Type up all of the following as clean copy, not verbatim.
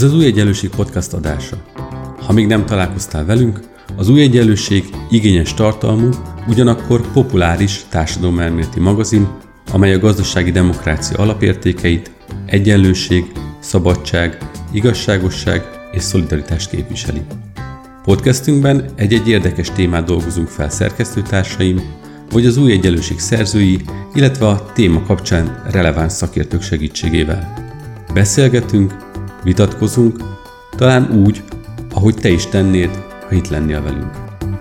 Ez az Új Egyenlőség podcast adása. Ha még nem találkoztál velünk, az Új Egyenlőség igényes tartalmú, ugyanakkor populáris társadalomelméleti magazin, amely a gazdasági demokrácia alapértékeit, egyenlőség, szabadság, igazságosság és szolidaritást képviseli. Podcastünkben egy-egy érdekes témát dolgozunk fel szerkesztőtársaim, vagy az Új Egyenlőség szerzői, illetve a téma kapcsán releváns szakértők segítségével. Beszélgetünk, vitatkozunk, talán úgy, ahogy te is tennéd, ha itt lennél velünk.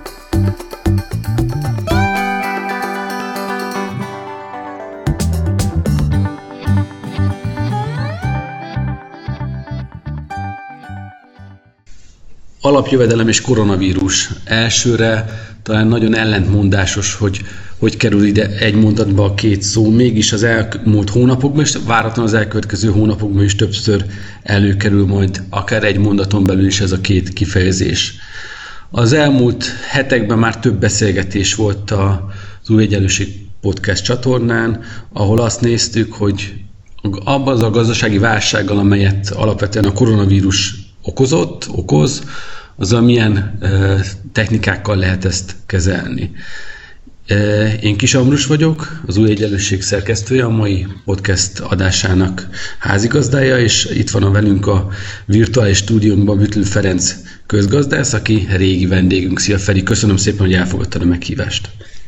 Alapjövedelem és koronavírus. Elsőre talán nagyon ellentmondásos, hogy kerül ide egy mondatba a két szó, mégis az elmúlt hónapokban, és váratlanul az elkövetkező hónapokban is többször előkerül majd akár egy mondaton belül is ez a két kifejezés. Az elmúlt hetekben már több beszélgetés volt az Új Egyenlőség podcast csatornán, ahol azt néztük, hogy abban a gazdasági válsággal, amelyet alapvetően a koronavírus okoz, azzal milyen technikákkal lehet ezt kezelni. Én Kis Ambrus vagyok, az Új Egyenlőség szerkesztője, a mai podcast adásának házigazdája, és itt van velünk a virtuális stúdiónkban Bütl Ferenc közgazdász, aki régi vendégünk. Szia Feri, köszönöm szépen, hogy elfogadtad a meghívást.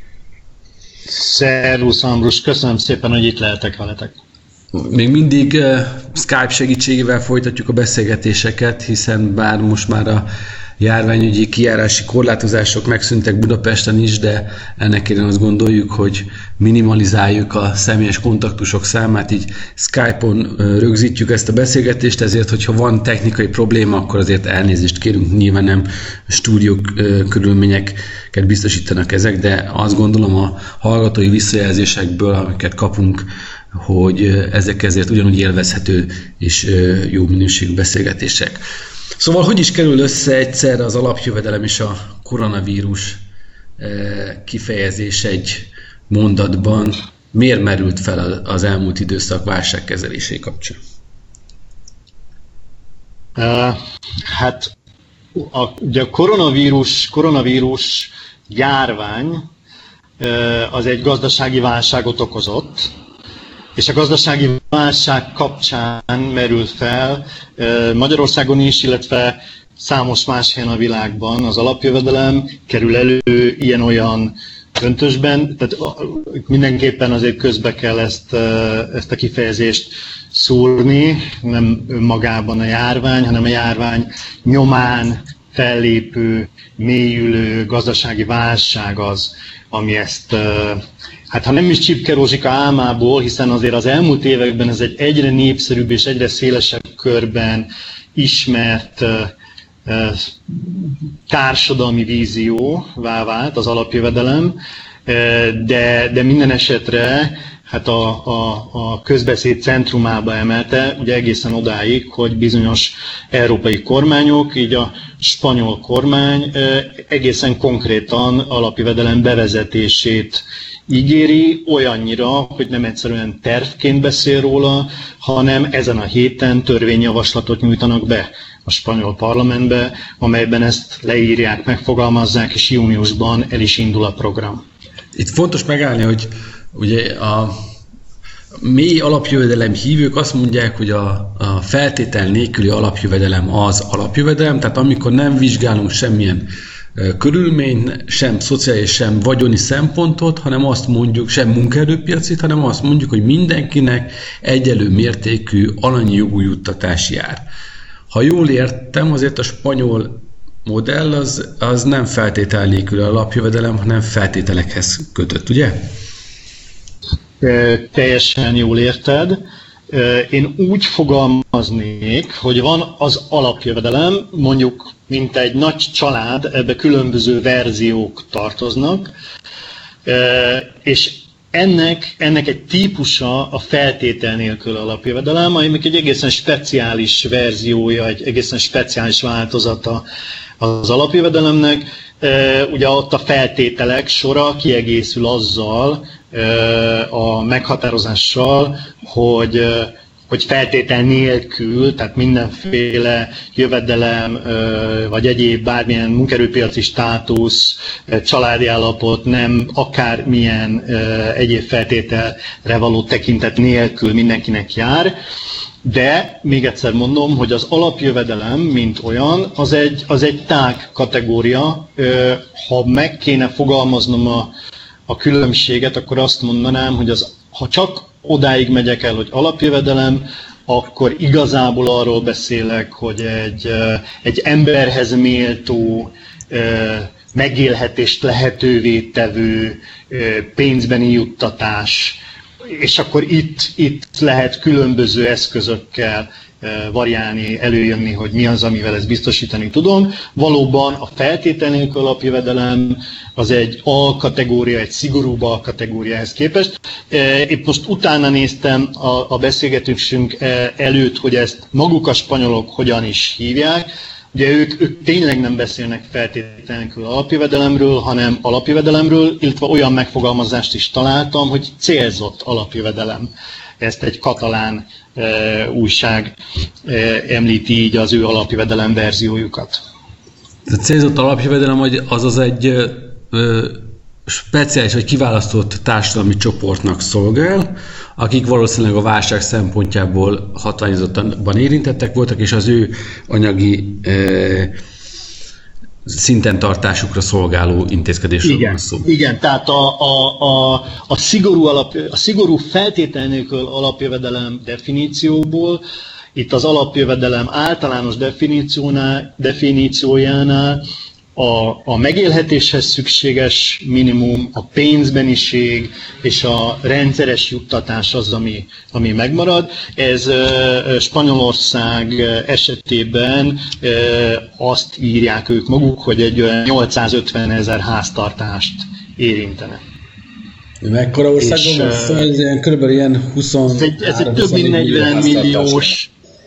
Szervusz Ambrus, köszönöm szépen, hogy itt lehetek veletek. Még mindig Skype segítségével folytatjuk a beszélgetéseket, hiszen bár most már a járványügyi kijárási korlátozások megszűntek Budapesten is, de ennek ellenére azt gondoljuk, hogy minimalizáljuk a személyes kontaktusok számát, így Skype-on rögzítjük ezt a beszélgetést, ezért, hogyha van technikai probléma, akkor azért elnézést kérünk, nyilván nem stúdió körülményeket biztosítanak ezek, de azt gondolom a hallgatói visszajelzésekből, amiket kapunk, hogy ezek ezért ugyanúgy élvezhető és jó minőségű beszélgetések. Szóval hogy is kerül össze egyszerre az alapjövedelem és a koronavírus kifejezés egy mondatban? Miért merült fel az elmúlt időszak válságkezelésé kapcsán? Ugye a koronavírus járvány az egy gazdasági válságot okozott, és a gazdasági válság kapcsán merül fel Magyarországon is, illetve számos más helyen a világban az alapjövedelem kerül elő ilyen-olyan döntősben, tehát mindenképpen azért közbe kell ezt a kifejezést szúrni, nem önmagában a járvány, hanem a járvány nyomán fellépő, mélyülő gazdasági válság az, ami ezt, hát ha nem is Csipke Rózsika álmából, hiszen azért az elmúlt években ez egy egyre népszerűbb és egyre szélesebb körben ismert társadalmi vízióvá vált az alapjövedelem, de minden esetre hát a közbeszéd centrumába emelte, ugye egészen odáig, hogy bizonyos európai kormányok, így a spanyol kormány egészen konkrétan alapjövedelem bevezetését ígéri, olyannyira, hogy nem egyszerűen tervként beszél róla, hanem ezen a héten törvényjavaslatot nyújtanak be a spanyol parlamentbe, amelyben ezt leírják, megfogalmazzák, és júniusban el is indul a program. Itt fontos megállni, hogy ugye a mély alapjövedelem hívők azt mondják, hogy a feltétel nélküli alapjövedelem az alapjövedelem, tehát amikor nem vizsgálunk semmilyen körülményt, sem szociális, sem vagyoni szempontot, hanem azt mondjuk, sem munkaerőpiacit, hanem azt mondjuk, hogy mindenkinek egyenlő mértékű alanyi jogú juttatás jár. Ha jól értem, azért a spanyol modell az nem feltétel nélküli alapjövedelem, hanem feltételekhez kötött, ugye? Teljesen jól érted. Én úgy fogalmaznék, hogy van az alapjövedelem, mondjuk mint egy nagy család, ebbe különböző verziók tartoznak, és ennek egy típusa a feltétel nélkül alapjövedelem, ami egy egészen speciális verziója, egy egészen speciális változata az alapjövedelemnek. Ugye ott a feltételek sora kiegészül azzal a meghatározással, hogy hogy feltétel nélkül, tehát mindenféle jövedelem, vagy egyéb bármilyen munkaerőpiaci státusz, családi állapot, nem akármilyen egyéb feltételre való tekintet nélkül mindenkinek jár. De még egyszer mondom, hogy az alapjövedelem, mint olyan, az egy tág kategória. Ha meg kéne fogalmaznom a különbséget, akkor azt mondanám, hogy ha csak odáig megyek el, hogy alapjövedelem, akkor igazából arról beszélek, hogy egy emberhez méltó, megélhetést lehetővé tevő pénzbeni juttatás, és akkor itt lehet különböző eszközökkel variálni, előjönni, hogy mi az, amivel ezt biztosítani tudom. Valóban a feltétel nélkül alapjövedelem az egy alkategória, egy szigorúbb alkategóriához képest. Épp most utána néztem a beszélgetésünk előtt, hogy ezt maguk a spanyolok hogyan is hívják. Ugye ők tényleg nem beszélnek feltétel nélkül alapjövedelemről, hanem alapjövedelemről, illetve olyan megfogalmazást is találtam, hogy célzott alapjövedelem. Ezt egy katalán újság említi így az ő alapjövedelem verziójukat. A célzott alapjövedelem az egy speciális vagy kiválasztott társadalmi csoportnak szolgál, akik valószínűleg a válság szempontjából hatványozottan érintettek voltak, és az ő anyagi szinten tartásukra szolgáló intézkedésről van szó. Igen, tehát a szigorú feltétel nélkül alapjövedelem definícióból, itt az alapjövedelem általános definíciójánál a megélhetéshez szükséges minimum, a pénzbeniség és a rendszeres juttatás az, ami megmarad. Ez Spanyolország esetében azt írják ők maguk, hogy egy 850 000 háztartást érintene. Mekkora országban van? Szóval ez körülbelül ilyen 20. Ez egy több mint 40 milliós.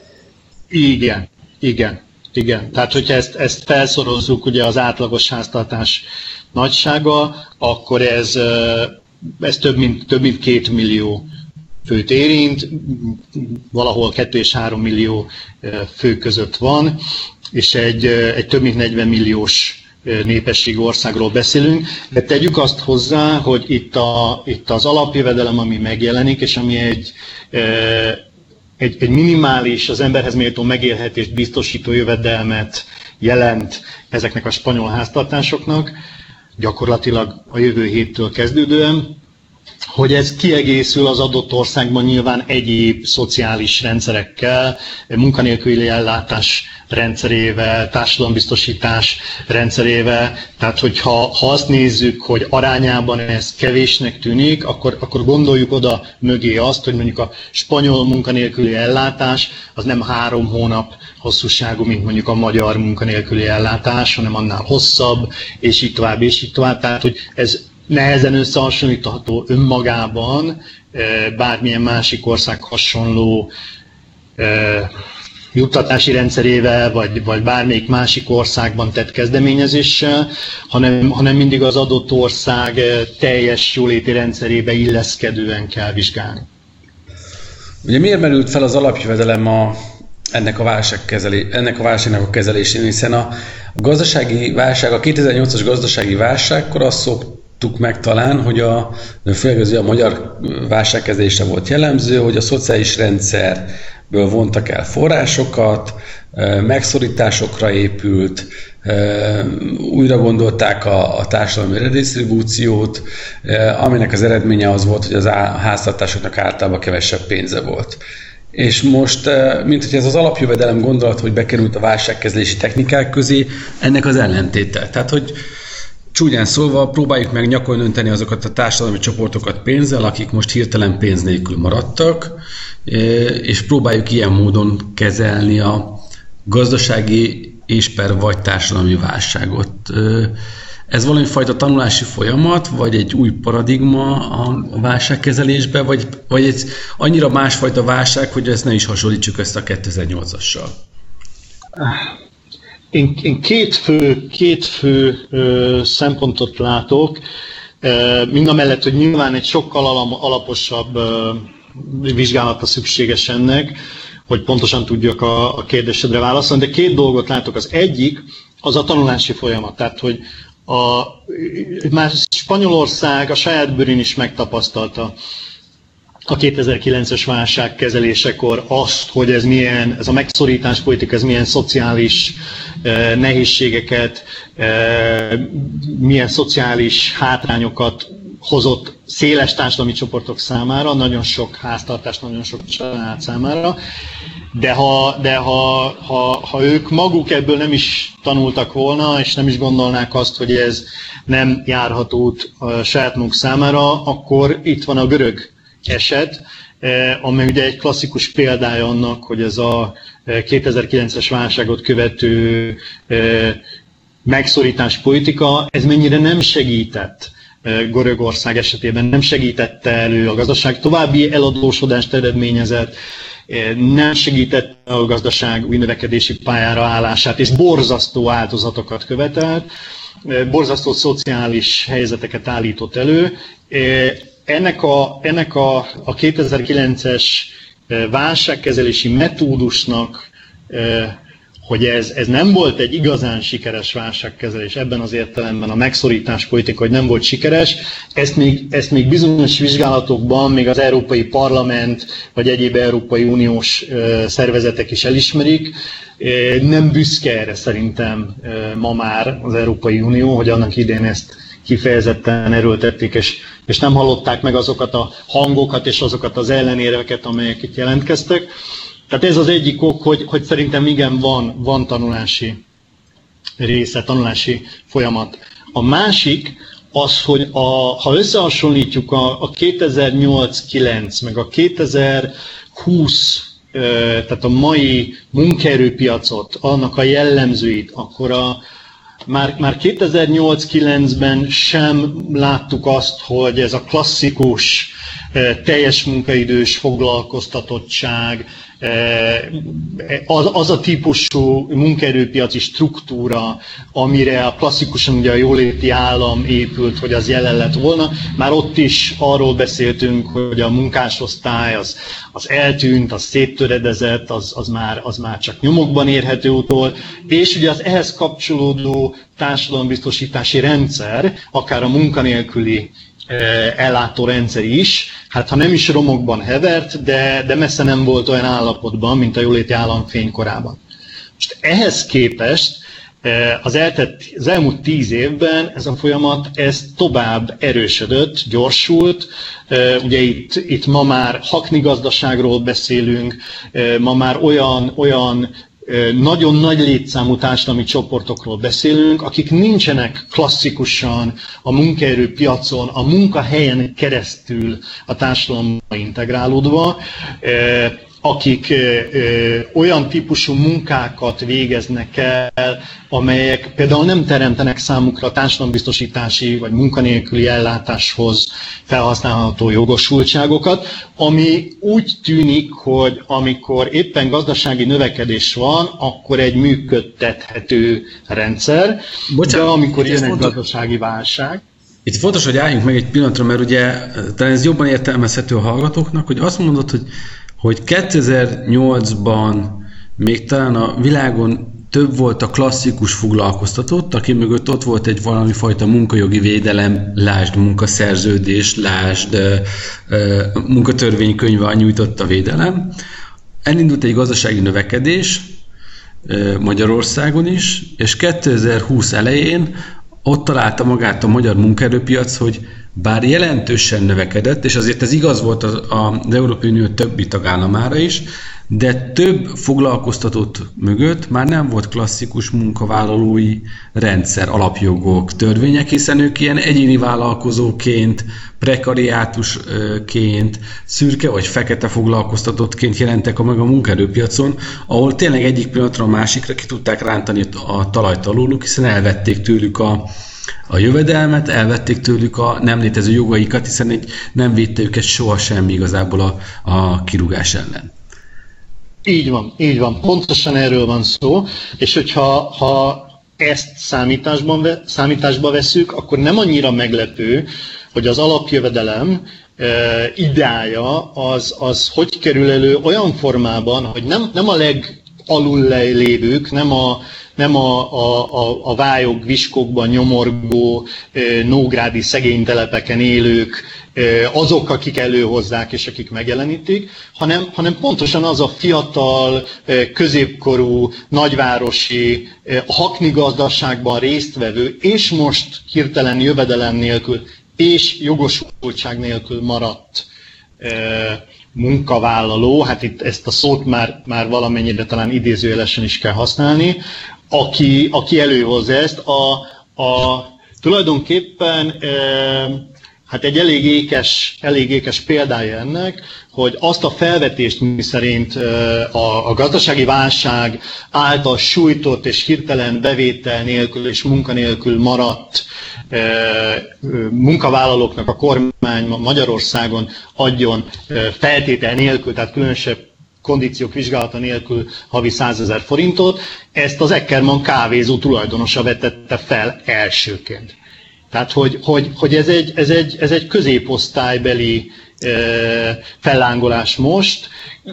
Igen. Tehát, hogyha ezt felszorozzuk ugye az átlagos háztartás nagysága, akkor ez több mint 2 millió főt érint, valahol 2 és 3 millió fő között van, és egy több mint 40 milliós népességű országról beszélünk, de tegyük azt hozzá, hogy itt az alapjövedelem, ami megjelenik, és ami egy minimális, az emberhez méltó megélhetést biztosító jövedelmet jelent ezeknek a spanyol háztartásoknak, gyakorlatilag a jövő héttől kezdődően, hogy ez kiegészül az adott országban nyilván egyéb szociális rendszerekkel, munkanélküli ellátás rendszerével, társadalombiztosítás rendszerével. Tehát, hogyha azt nézzük, hogy arányában ez kevésnek tűnik, akkor gondoljuk oda mögé azt, hogy mondjuk a spanyol munkanélküli ellátás az nem 3 hónap hosszúságú, mint mondjuk a magyar munkanélküli ellátás, hanem annál hosszabb, és így tovább, és így tovább. Tehát, hogy ez nehezen összehasonlítható önmagában bármilyen másik ország hasonló juttatási rendszerével, vagy bármelyik másik országban tett kezdeményezéssel, hanem mindig az adott ország teljes jóléti rendszerébe illeszkedően kell vizsgálni. Ugye miért merült fel az alapjövedelem ennek a válságnak a kezelésén, hiszen a gazdasági válság, a 2008-as gazdasági válságkor azt szoktuk meg talán, hogy főleg az a magyar válságkezelésre volt jellemző, hogy a szociális rendszerből vontak el forrásokat, megszorításokra épült, újra gondolták a társadalmi redisztribúciót, aminek az eredménye az volt, hogy az háztartásoknak általában kevesebb pénze volt. És most, mint hogy ez az alapjövedelem gondolat, hogy bekerült a válságkezelési technikák közé, ennek az ellentéte. Tehát, hogy csúnyán szólva próbáljuk meg nyakon önteni azokat a társadalmi csoportokat pénzzel, akik most hirtelen pénz nélkül maradtak, és próbáljuk ilyen módon kezelni a gazdasági és vagy társadalmi válságot. Ez valami fajta tanulási folyamat, vagy egy új paradigma a válságkezelésben, vagy egy annyira másfajta válság, hogy ezt ne is hasonlítsuk ezt a 2008-assal? Én két fő szempontot látok, mindamellett, hogy nyilván egy sokkal alaposabb vizsgálata szükséges ennek, hogy pontosan tudjak a kérdésedre válaszolni, de két dolgot látok. Az egyik, az a tanulási folyamat. Tehát, hogy már Spanyolország a saját bőrén is megtapasztalta a 2009-es válság kezelésekor azt, hogy ez a megszorítás politika, ez milyen szociális nehézségeket, milyen szociális hátrányokat hozott széles társadalmi csoportok számára, nagyon sok háztartás, nagyon sok család számára, de ha ők maguk ebből nem is tanultak volna, és nem is gondolnák azt, hogy ez nem járható út a saját maguk számára, akkor itt van a görög eset, amely ugye egy klasszikus példája annak, hogy ez a 2009-es válságot követő megszorítás politika, ez mennyire nem segített Görögország esetében, nem segítette elő a gazdaság, további eladósodást eredményezett, nem segítette a gazdaság új növekedési pályára állását, és borzasztó áldozatokat követelt, borzasztó szociális helyzeteket állított elő. Ennek a 2009-es válságkezelési metódusnak, hogy ez nem volt egy igazán sikeres válságkezelés, ebben az értelemben a megszorítás politika, hogy nem volt sikeres, ezt még bizonyos vizsgálatokban, még az Európai Parlament, vagy egyéb Európai Uniós szervezetek is elismerik. Nem büszke erre szerintem ma már az Európai Unió, hogy annak idén ezt kifejezetten erőltették, és nem hallották meg azokat a hangokat és azokat az ellenérveket, amelyek itt jelentkeztek. Tehát ez az egyik ok, hogy szerintem igen, van tanulási része, tanulási folyamat. A másik az, hogy ha összehasonlítjuk a 2008-9 meg a 2020, tehát a mai munkaerőpiacot, annak a jellemzőit, akkor már 2008-9-ben sem láttuk azt, hogy ez a klasszikus, teljes munkaidős foglalkoztatottság, az a típusú munkaerőpiaci struktúra, amire klasszikusan ugye a jóléti állam épült, hogy az jelen lett volna. Már ott is arról beszéltünk, hogy a munkásosztály az eltűnt, az széttöredezett, az már csak nyomokban érhető utol, és ugye az ehhez kapcsolódó társadalombiztosítási rendszer, akár a munkanélküli ellátórendszer is, hát ha nem is romokban hevert, de messze nem volt olyan állapotban, mint a jóléti állam fénykorában. Most ehhez képest az elmúlt 10 évben ez a folyamat tovább erősödött, gyorsult. Ugye itt ma már haknigazdaságról beszélünk, ma már olyan nagyon nagy létszámú társadalmi csoportokról beszélünk, akik nincsenek klasszikusan a munkaerőpiacon, a munkahelyen keresztül a társadalomba integrálódva, akik olyan típusú munkákat végeznek el, amelyek például nem teremtenek számukra társadalombiztosítási vagy munkanélküli ellátáshoz felhasználható jogosultságokat, ami úgy tűnik, hogy amikor éppen gazdasági növekedés van, akkor egy működtethető rendszer, de amikor jön egy gazdasági válság. Itt fontos, hogy álljunk meg egy pillanatra, mert ugye talán ez jobban értelmezhető a hallgatóknak, hogy azt mondod, hogy 2008-ban még talán a világon több volt a klasszikus foglalkoztatott, aki mögött ott volt egy valami fajta munkajogi védelem, lásd munkaszerződés, lásd munkatörvénykönyvvel nyújtott a védelem. Elindult egy gazdasági növekedés Magyarországon is, és 2020 elején ott találta magát a magyar munkaerőpiac, hogy bár jelentősen növekedett, és azért ez igaz volt az Európai Unió többi tagállamára is, de több foglalkoztatott mögött már nem volt klasszikus munkavállalói rendszer, alapjogok, törvények, hiszen ők ilyen egyéni vállalkozóként, prekariátusként, szürke vagy fekete foglalkoztatottként jelentek meg a munkaerőpiacon, ahol tényleg egyik pillanatra a másikra ki tudták rántani a talajt alóluk, hiszen elvették tőlük a jövedelmet, elvették tőlük a nem létező jogaikat, hiszen nem védte őket soha semmi igazából a kirúgás ellen. Így van, pontosan erről van szó, és hogyha ezt számításba vesszük, akkor nem annyira meglepő, hogy az alapjövedelem ideája az hogy kerül elő olyan formában, hogy nem a legalul lévők, nem a vályog, viskokban nyomorgó, nógrádi szegénytelepeken élők, azok, akik előhozzák és akik megjelenítik, hanem pontosan az a fiatal, középkorú, nagyvárosi, hakni gazdaságban résztvevő, és most hirtelen jövedelem nélkül, és jogosultság nélkül maradt munkavállaló, hát itt ezt a szót már valamennyire talán idézőjelesen is kell használni, aki előhozza ezt, tulajdonképpen hát egy elég ékes példája ennek, hogy azt a felvetést, miszerint a gazdasági válság által sújtott és hirtelen bevétel nélkül és munkanélkül maradt munkavállalóknak a kormány Magyarországon adjon feltétel nélkül, tehát különösebb kondíciók vizsgálata nélkül havi 100 000 forintot, ezt az Eckermann kávézó tulajdonosa vetette fel elsőként. Tehát, hogy ez egy középosztálybeli fellángolás most,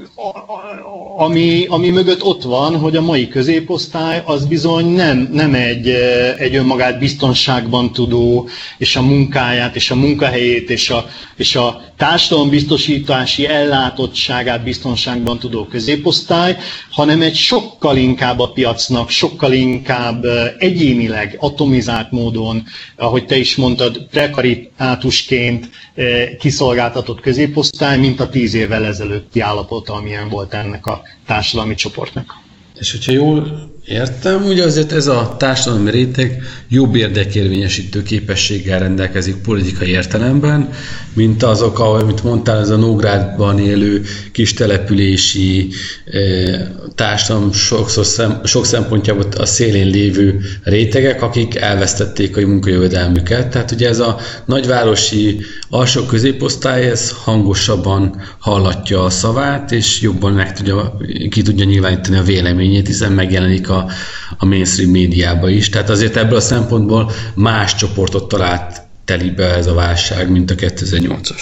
ami mögött ott van, hogy a mai középosztály az bizony nem egy önmagát biztonságban tudó, és a munkáját, és a munkahelyét, és a társadalombiztosítási ellátottságát biztonságban tudó középosztály, hanem egy sokkal inkább a piacnak, sokkal inkább egyénileg, atomizált módon, ahogy te is mondtad, prekariátusként kiszolgáltatott középosztály, mint a 10 évvel ezelőtti állapota, amilyen volt ennek a társadalmi csoportnak. És hogyha jól értem, ugye azért ez a társadalmi réteg jobb érdekérvényesítő képességgel rendelkezik politikai értelemben, mint azok, amit mondtál, ez a Nógrádban élő kistelepülési társadalom sok szempontjából a szélén lévő rétegek, akik elvesztették a munkajövedelmüket. Tehát ugye ez a nagyvárosi alsó középosztály, ez hangosabban hallatja a szavát, és jobban ki tudja nyilvánítani a véleményét, hiszen megjelenik a mainstream médiába is. Tehát azért ebből a szempontból más csoportot talált telibe ez a válság, mint a 2008-as.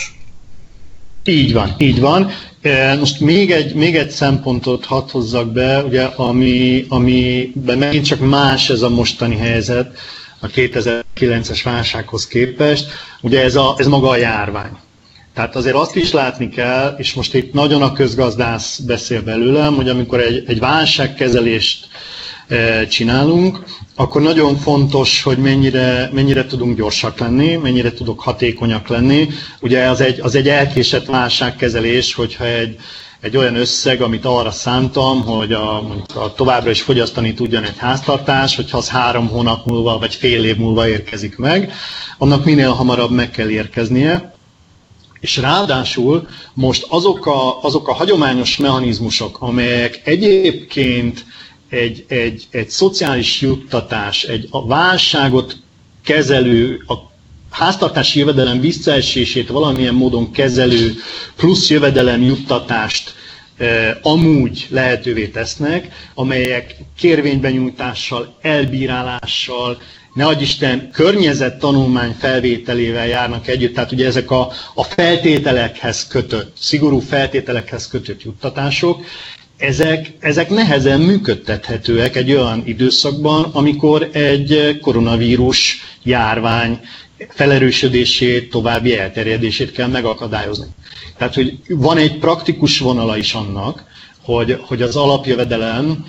Így van. Most még egy szempontot hadd hozzak be, ugye, amiben megint csak más ez a mostani helyzet a 2009-es válsághoz képest, ugye ez maga a járvány. Tehát azért azt is látni kell, és most itt nagyon a közgazdász beszél belőlem, hogy amikor egy válságkezelést csinálunk, akkor nagyon fontos, hogy mennyire tudunk gyorsak lenni, mennyire tudok hatékonyak lenni. Ugye az egy elkésett válságkezelés, hogyha egy olyan összeg, amit arra szántam, hogy továbbra is fogyasztani tudjon egy háztartás, hogyha az 3 hónap múlva vagy fél év múlva érkezik meg, annak minél hamarabb meg kell érkeznie. És ráadásul most azok a hagyományos mechanizmusok, amelyek egyébként egy szociális juttatás, a válságot kezelő, a háztartási jövedelem visszaesését valamilyen módon kezelő plusz jövedelem juttatást amúgy lehetővé tesznek, amelyek kérvénybenyújtással, elbírálással, ne adj Isten, környezettanulmány felvételével járnak együtt, tehát ugye ezek a feltételekhez kötött, szigorú feltételekhez kötött juttatások, ezek nehezen működtethetőek egy olyan időszakban, amikor egy koronavírus járvány felerősödését, további elterjedését kell megakadályozni. Tehát, hogy van egy praktikus vonala is annak, hogy az alapjövedelem,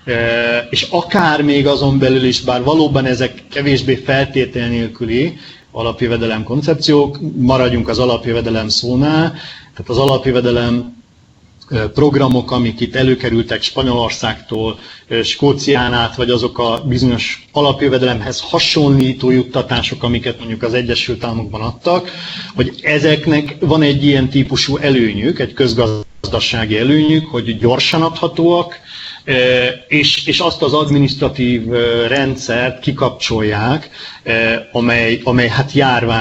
és akár még azon belül is, bár valóban ezek kevésbé feltétel nélküli alapjövedelem koncepciók, maradjunk az alapjövedelem szónál, tehát az alapjövedelem programok, amik itt előkerültek Spanyolországtól, Skócián át, vagy azok a bizonyos alapjövedelemhez hasonlító juttatások, amiket mondjuk az Egyesült Államokban adtak, hogy ezeknek van egy ilyen típusú előnyük, egy közgazdasági előnyük, hogy gyorsan adhatóak, és azt az adminisztratív rendszert kikapcsolják, amely hát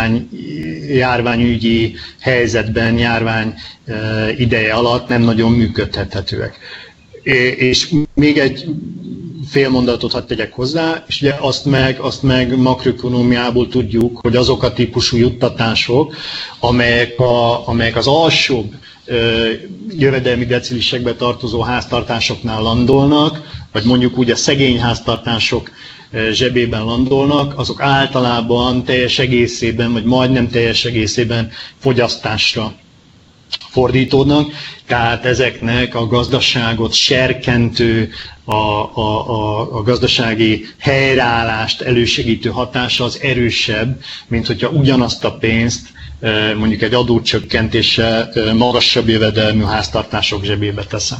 járványügyi helyzetben, járvány ideje alatt nem nagyon működhethetőek. És még egy fél mondatot hadd tegyek hozzá, és ugye azt meg makroökonómiából tudjuk, hogy azok a típusú juttatások, amelyek az alsóbb jövedelmi decilisekbe tartozó háztartásoknál landolnak, vagy mondjuk úgy a szegény háztartások zsebében landolnak, azok általában teljes egészében, vagy majdnem teljes egészében fogyasztásra fordítódnak, tehát ezeknek a gazdaságot serkentő, a gazdasági helyreállást elősegítő hatása az erősebb, mint hogyha ugyanazt a pénzt mondjuk egy adócsökkentéssel magasabb jövedelmű háztartások zsebébe teszem.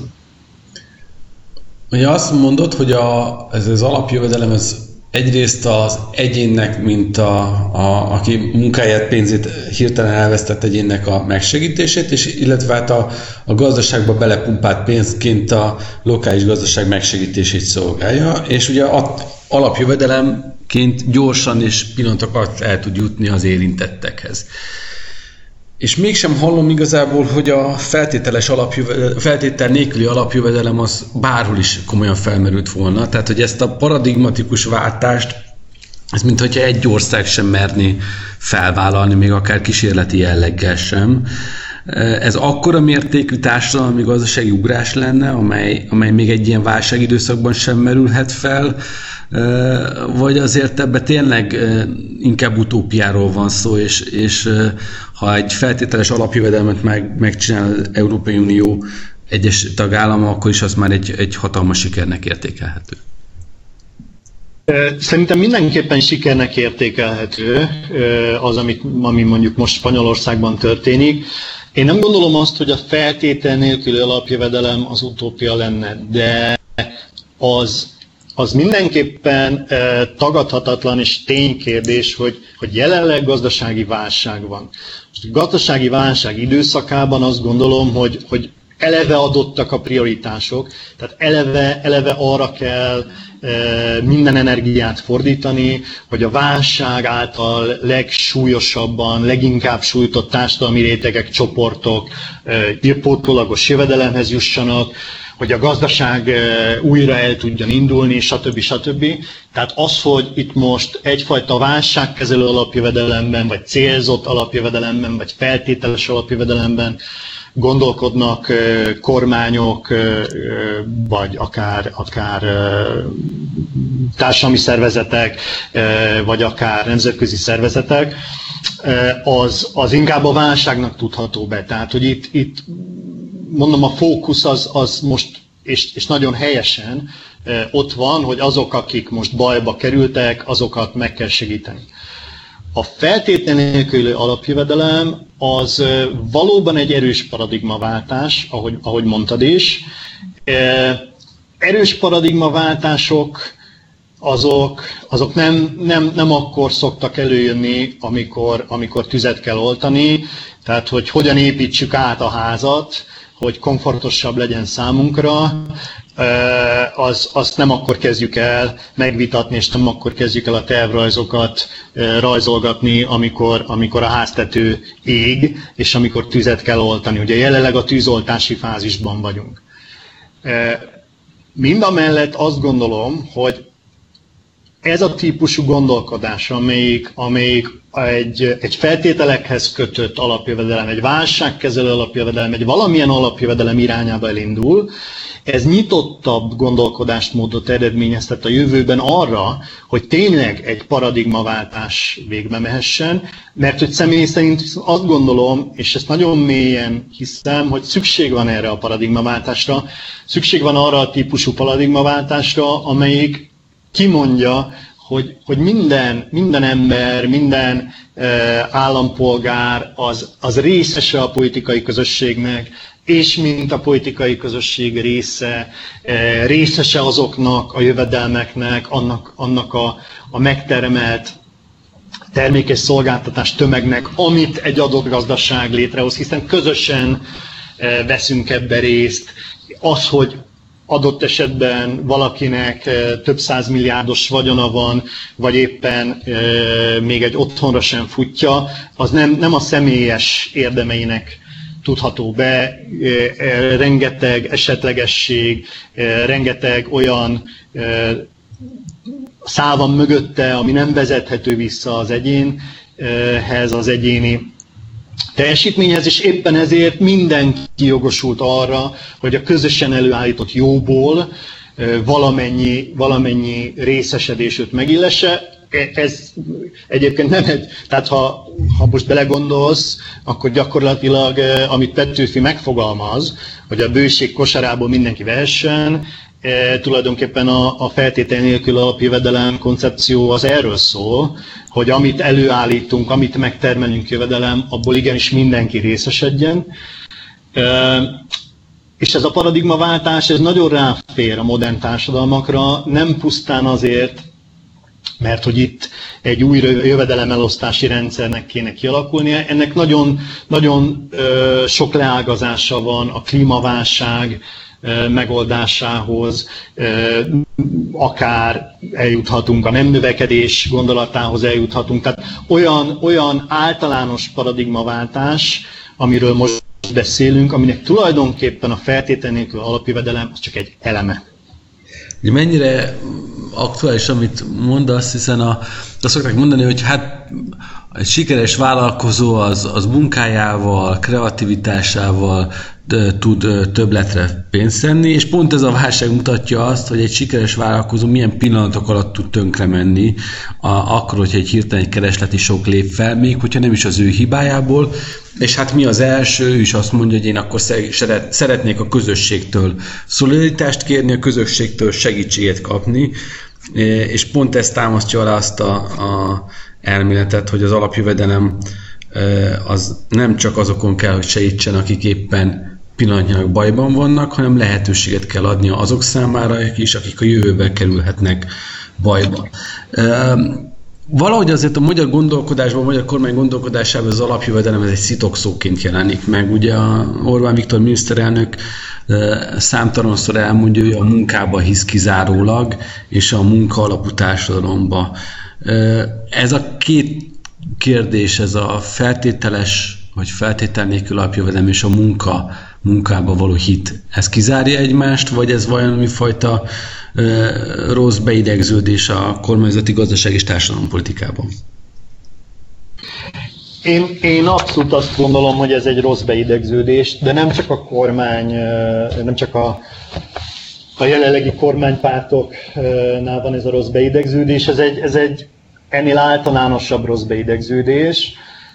Ugye azt mondod, hogy ez az alapjövedelem ez egyrészt az egyénnek, mint aki munkáját, pénzét hirtelen elvesztett egyénnek a megsegítését, és illetve hát a gazdaságba belepumpált pénzként a lokális gazdaság megsegítését szolgálja, és ugye alapjövedelemként gyorsan és pillanatok alatt el tud jutni az érintettekhez. És mégsem hallom igazából, hogy a feltétel nélküli alapjövedelem az bárhol is komolyan felmerült volna. Tehát, hogy ezt a paradigmatikus váltást, ez mintha egy ország sem merné felvállalni, még akár kísérleti jelleggel sem. Ez akkora mértékű társadalmi gazdasági ugrás lenne, amely még egy ilyen válságidőszakban sem merülhet fel, vagy azért ebben tényleg inkább utópiáról van szó, és ha egy feltételes alapjövedelmet megcsinál az Európai Unió egyes tagállama, akkor is az már egy hatalmas sikernek értékelhető. Szerintem mindenképpen sikernek értékelhető az, ami mondjuk most Spanyolországban történik. Én nem gondolom azt, hogy a feltétel nélküli alapjövedelem az utópia lenne, de az mindenképpen tagadhatatlan és ténykérdés, hogy jelenleg gazdasági válság van. Most a gazdasági válság időszakában azt gondolom, hogy eleve adottak a prioritások, tehát eleve arra kell minden energiát fordítani, hogy a válság által legsúlyosabban, leginkább sújtott társadalmi rétegek, csoportok pótlólagos jövedelemhez jussanak, hogy a gazdaság újra el tudjon indulni, stb. Tehát az, hogy itt most egyfajta válságkezelő alapjövedelemben, vagy célzott alapjövedelemben, vagy feltételes alapjövedelemben gondolkodnak kormányok, vagy akár társadalmi szervezetek, vagy akár nemzetközi szervezetek, az inkább a válságnak tudható be. Tehát, hogy itt mondom, a fókusz az most, és nagyon helyesen ott van, hogy azok, akik most bajba kerültek, azokat meg kell segíteni. A feltétel nélküli alapjövedelem az valóban egy erős paradigmaváltás, ahogy mondtad is. Erős paradigmaváltások azok nem akkor szoktak előjönni, amikor tüzet kell oltani, tehát hogy hogyan építsük át a házat, hogy komfortosabb legyen számunkra, azt nem akkor kezdjük el megvitatni, és nem akkor kezdjük el a tervrajzokat rajzolgatni, amikor a háztető ég, és amikor tüzet kell oltani. Ugye jelenleg a tűzoltási fázisban vagyunk. Mindamellett azt gondolom, hogy ez a típusú gondolkodás, amelyik egy feltételekhez kötött alapjövedelem, egy válságkezelő alapjövedelem, egy valamilyen alapjövedelem irányába elindul, ez nyitottabb gondolkodásmódot eredményeztet a jövőben arra, hogy tényleg egy paradigmaváltás végbe mehessen, mert hogy személy szerint azt gondolom, és ezt nagyon mélyen hiszem, hogy szükség van erre a paradigmaváltásra, szükség van arra a típusú paradigmaváltásra, amelyik kimondja, hogy minden ember, minden állampolgár az részese a politikai közösségnek, és mint a politikai közösség részese azoknak a jövedelmeknek, annak a megtermelt termék és szolgáltatás tömegnek, amit egy adott gazdaság létrehoz, hiszen közösen veszünk ebbe részt. Az, hogy adott esetben valakinek több százmilliárdos vagyona van, vagy éppen még egy otthonra sem futja, az nem a személyes érdemeinek tudható be, rengeteg esetlegesség, rengeteg olyan szál van mögötte, ami nem vezethető vissza az egyénhez, az egyéni teljesítményhez, és éppen ezért mindenki jogosult arra, hogy a közösen előállított jóból valamennyi részesedését megillesse. Ez egyébként nem egy, tehát ha most belegondolsz, akkor gyakorlatilag, amit Petőfi megfogalmaz, hogy a bőség kosarából mindenki vehessen, tulajdonképpen a feltétel nélkül alapjövedelem koncepció az erről szól, hogy amit előállítunk, amit megtermelünk jövedelem, abból igenis mindenki részesedjen. És ez a paradigmaváltás, ez nagyon ráfér a modern társadalmakra, nem pusztán azért, mert hogy itt egy új jövedelemelosztási rendszernek kéne kialakulnia. Ennek nagyon sok leágazása van a klímaválság megoldásához, akár eljuthatunk a nem növekedés gondolatához eljuthatunk. Tehát olyan általános paradigmaváltás, amiről most beszélünk, aminek tulajdonképpen a feltétel nélkül alapjövedelem az csak egy eleme. Mennyire aktuális, amit mondasz, hiszen azt szokták mondani, hogy hát egy sikeres vállalkozó az munkájával, kreativitásával tud többletre pénzt tenni, és pont ez a válság mutatja azt, hogy egy sikeres vállalkozó milyen pillanatok alatt tud tönkre menni, akkor, hogyha egy hirtelen egy keresleti sok lép fel, még hogyha nem is az ő hibájából, és hát mi az első, ő is azt mondja, hogy én akkor szeretnék a közösségtől szolidaritást kérni, a közösségtől segítséget kapni, és pont ezt támasztja alá azt a elméletet, hogy az alapjövedelem az nem csak azokon kell, hogy segítsen, akik éppen pillanatnyilag bajban vannak, hanem lehetőséget kell adnia azok számára is, akik a jövőben kerülhetnek bajba. Valahogy azért a magyar gondolkodásban, a magyar kormány gondolkodásában az alapjövedelem ez egy szitokszóként jelenik meg. Ugye Orbán Viktor miniszterelnök számtalanszor elmondja, hogy a munkába hisz kizárólag, és a munka alapú társadalomba. Ez a két kérdés, ez a feltételes vagy feltétel nélkül alapjövedelem és a munkába való hit, ez kizárja egymást, vagy ez valami fajta rossz beidegződés a kormányzati gazdaság és társadalompolitikában? Én abszolút azt gondolom, hogy ez egy rossz beidegződés, de nem csak a kormány, nem csak a jelenlegi kormánypártoknál van ez a rossz beidegződés, ez egy ennél általánosabb rossz beidegződés.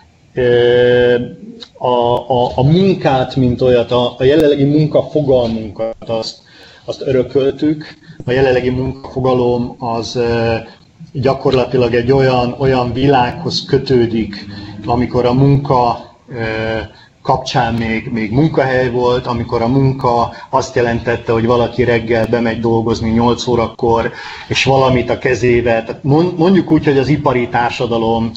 A munkát, mint olyat, a jelenlegi munkafogalmunkat, azt örököltük. A jelenlegi munkafogalom az gyakorlatilag egy olyan világhoz kötődik, amikor a munka kapcsán még munkahely volt, amikor a munka azt jelentette, hogy valaki reggel bemegy dolgozni 8 órakor, és valamit a kezével, tehát mondjuk úgy, hogy az ipari társadalom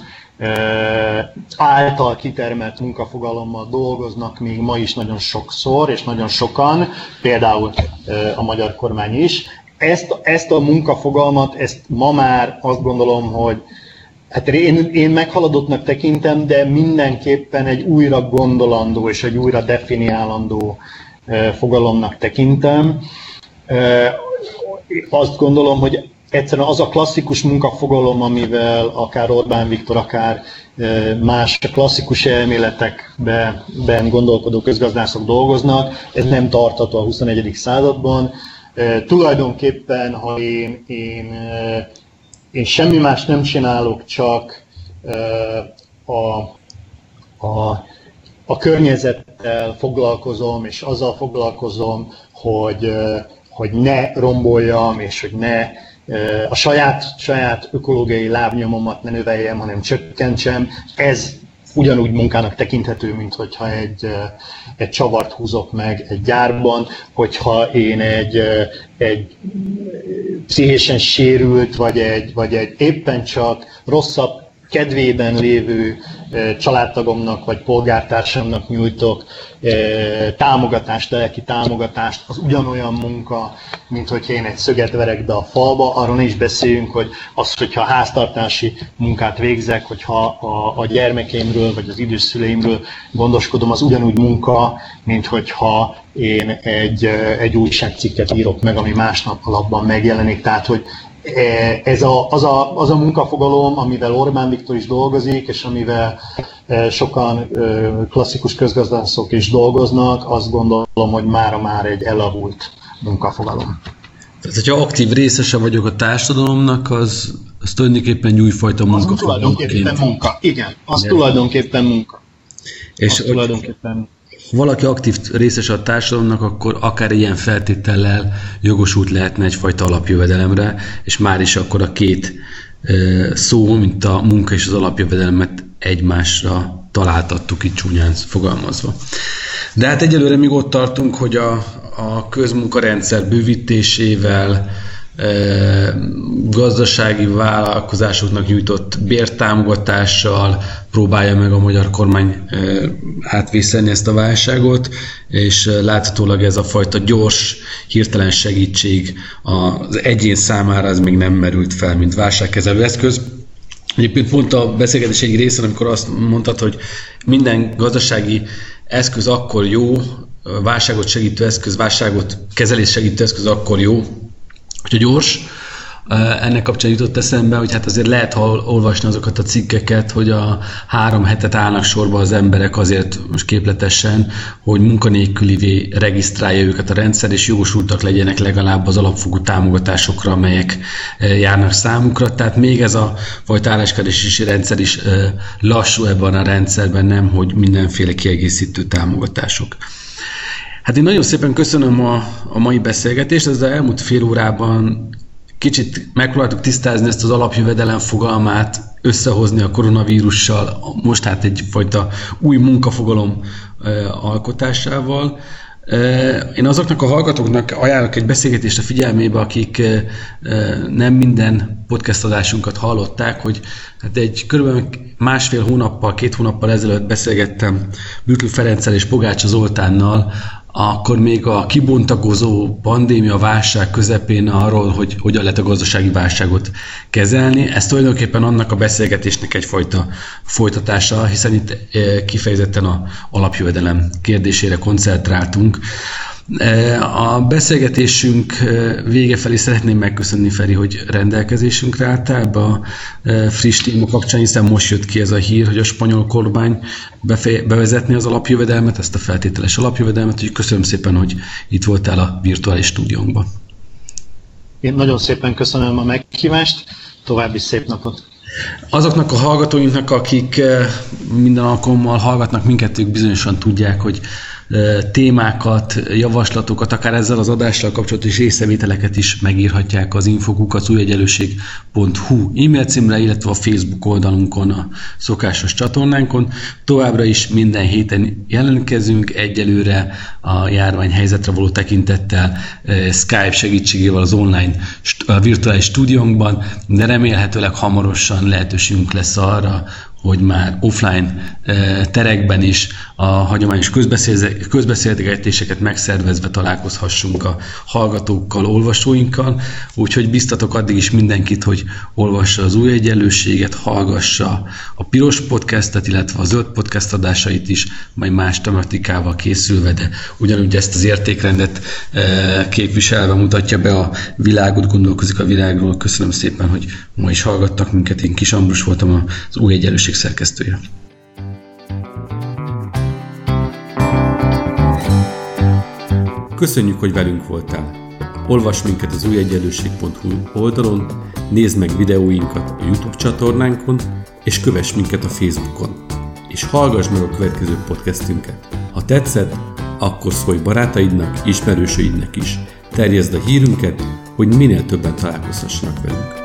által kitermelt munkafogalommal dolgoznak még ma is nagyon sokszor, és nagyon sokan, például a magyar kormány is. Ezt a munkafogalmat, ezt ma már azt gondolom, hogy hát én meghaladottnak tekintem, de mindenképpen egy újra gondolandó és egy újra definiálandó fogalomnak tekintem. Azt gondolom, hogy egyszerűen az a klasszikus munkafogalom, amivel akár Orbán Viktor, akár más klasszikus elméletekben gondolkodó közgazdászok dolgoznak, ez nem tartható a 21. században. Tulajdonképpen, ha én semmi más nem csinálok, csak a környezettel foglalkozom, és azzal foglalkozom, hogy ne romboljam, és hogy ne a saját ökológiai lábnyomomat ne növeljem, hanem csökkentsem. Ez ugyanúgy munkának tekinthető, mint hogyha egy csavart húzok meg egy gyárban, hogyha én egy pszichésen sérült, vagy egy éppen csak rosszabb kedvében lévő családtagomnak vagy polgártársamnak nyújtok támogatást, lelki támogatást, az ugyanolyan munka, mint hogyha én egy szöget verek be a falba. Arról ne is beszéljünk, hogy az, hogyha háztartási munkát végzek, hogyha a gyermekeimről vagy az idős szüleimről gondoskodom, az ugyanúgy munka, mint hogyha én egy újságcikket írok meg, ami másnap a lapban megjelenik. Tehát, hogy ez az a munkafogalom, amivel Orbán Viktor is dolgozik, és amivel sokan klasszikus közgazdászok is dolgoznak, azt gondolom, hogy mára már egy elavult munkafogalom. Tehát, hogyha aktív részese vagyok a társadalomnak, az tulajdonképpen egy újfajta munka. Az tulajdonképpen munka, igen. Az tulajdonképpen munka. És valaki aktív részes a társadalomnak, akkor akár ilyen feltétellel jogosult lehetne egyfajta alapjövedelemre, és már is akkor a két szó, mint a munka és az alapjövedelemet egymásra találtattuk itt csúnyán fogalmazva. De hát egyelőre még ott tartunk, hogy a közmunkarendszer bővítésével, gazdasági vállalkozásoknak nyújtott bértámogatással próbálja meg a magyar kormány átvészelni ezt a válságot, és láthatólag ez a fajta gyors, hirtelen segítség az egyén számára ez még nem merült fel, mint válságkezelő eszköz. Egyébként pont a beszélgetés egy részén, amikor azt mondtad, hogy minden gazdasági eszköz akkor jó, válságot segítő eszköz, válságot kezelés segítő eszköz akkor jó, hogyha gyors. Ennek kapcsán jutott eszembe, hogy hát azért lehet olvasni azokat a cikkeket, hogy a 3 hetet állnak sorba az emberek azért most képletesen, hogy munkanélkülivé regisztrálja őket a rendszer, és jogosultak legyenek legalább az alapfogú támogatásokra, amelyek járnak számukra. Tehát még ez a fajta álláskeresési rendszer is lassú ebben a rendszerben, nem hogy mindenféle kiegészítő támogatások. Hát én nagyon szépen köszönöm a mai beszélgetést, ez az elmúlt fél órában kicsit megpróbáltuk tisztázni ezt az alapjövedelem fogalmát, összehozni a koronavírussal, most hát egyfajta új munkafogalom alkotásával. Én azoknak a hallgatóknak ajánlok egy beszélgetést a figyelmébe, akik nem minden podcast adásunkat hallották, hogy hát egy körülbelül 1,5 hónappal, 2 hónappal ezelőtt beszélgettem Bürklő Ferenccel és Pogácsa Zoltánnal, akkor még a kibontakozó pandémia válság közepén arról, hogy hogyan lehet a gazdasági válságot kezelni. Ez tulajdonképpen annak a beszélgetésnek egyfajta folytatása, hiszen itt kifejezetten az alapjövedelem kérdésére koncentráltunk. A beszélgetésünk vége felé szeretném megköszönni, Feri, hogy rendelkezésünkre álltál ebbe a friss téma kapcsán, hiszen most jött ki ez a hír, hogy a spanyol kormány bevezetni az alapjövedelmet, ezt a feltételes alapjövedelmet, úgyhogy köszönöm szépen, hogy itt voltál a virtuális stúdiónkban. Én nagyon szépen köszönöm a meghívást, további szép napot! Azoknak a hallgatóinknak, akik minden alkalommal hallgatnak minket, ők bizonyosan tudják, hogy témákat, javaslatokat, akár ezzel az adással kapcsolatos észrevételeket is megírhatják az info@újegyenlőség.hu e-mail címre, illetve a Facebook oldalunkon, a szokásos csatornánkon. Továbbra is minden héten jelentkezünk, egyelőre a járványhelyzetre való tekintettel Skype segítségével az online virtuális stúdiónkban, de remélhetőleg hamarosan lehetőségünk lesz arra, hogy már offline terekben is a hagyományos közbeszélgetéseket megszervezve találkozhassunk a hallgatókkal, olvasóinkkal. Úgyhogy biztatok addig is mindenkit, hogy olvassa az Új Egyenlőséget, hallgassa a Piros podcastet, illetve a Zöld podcast adásait is, majd más tematikával készülve, de ugyanúgy ezt az értékrendet képviselve mutatja be a világot, gondolkozik a világról. Köszönöm szépen, hogy ma is hallgattak minket. Én Kis Ambrus voltam az Új Egyenlőség szerkesztője. Köszönjük, hogy velünk voltál! Olvasd minket az újegyenlőség.hu oldalon, nézd meg videóinkat a YouTube csatornánkon, és kövess minket a Facebookon. És hallgass meg a következő podcastünket. Ha tetszett, akkor szólj barátaidnak, ismerősöidnek is. Terjeszd a hírünket, hogy minél többen találkozhassanak velünk.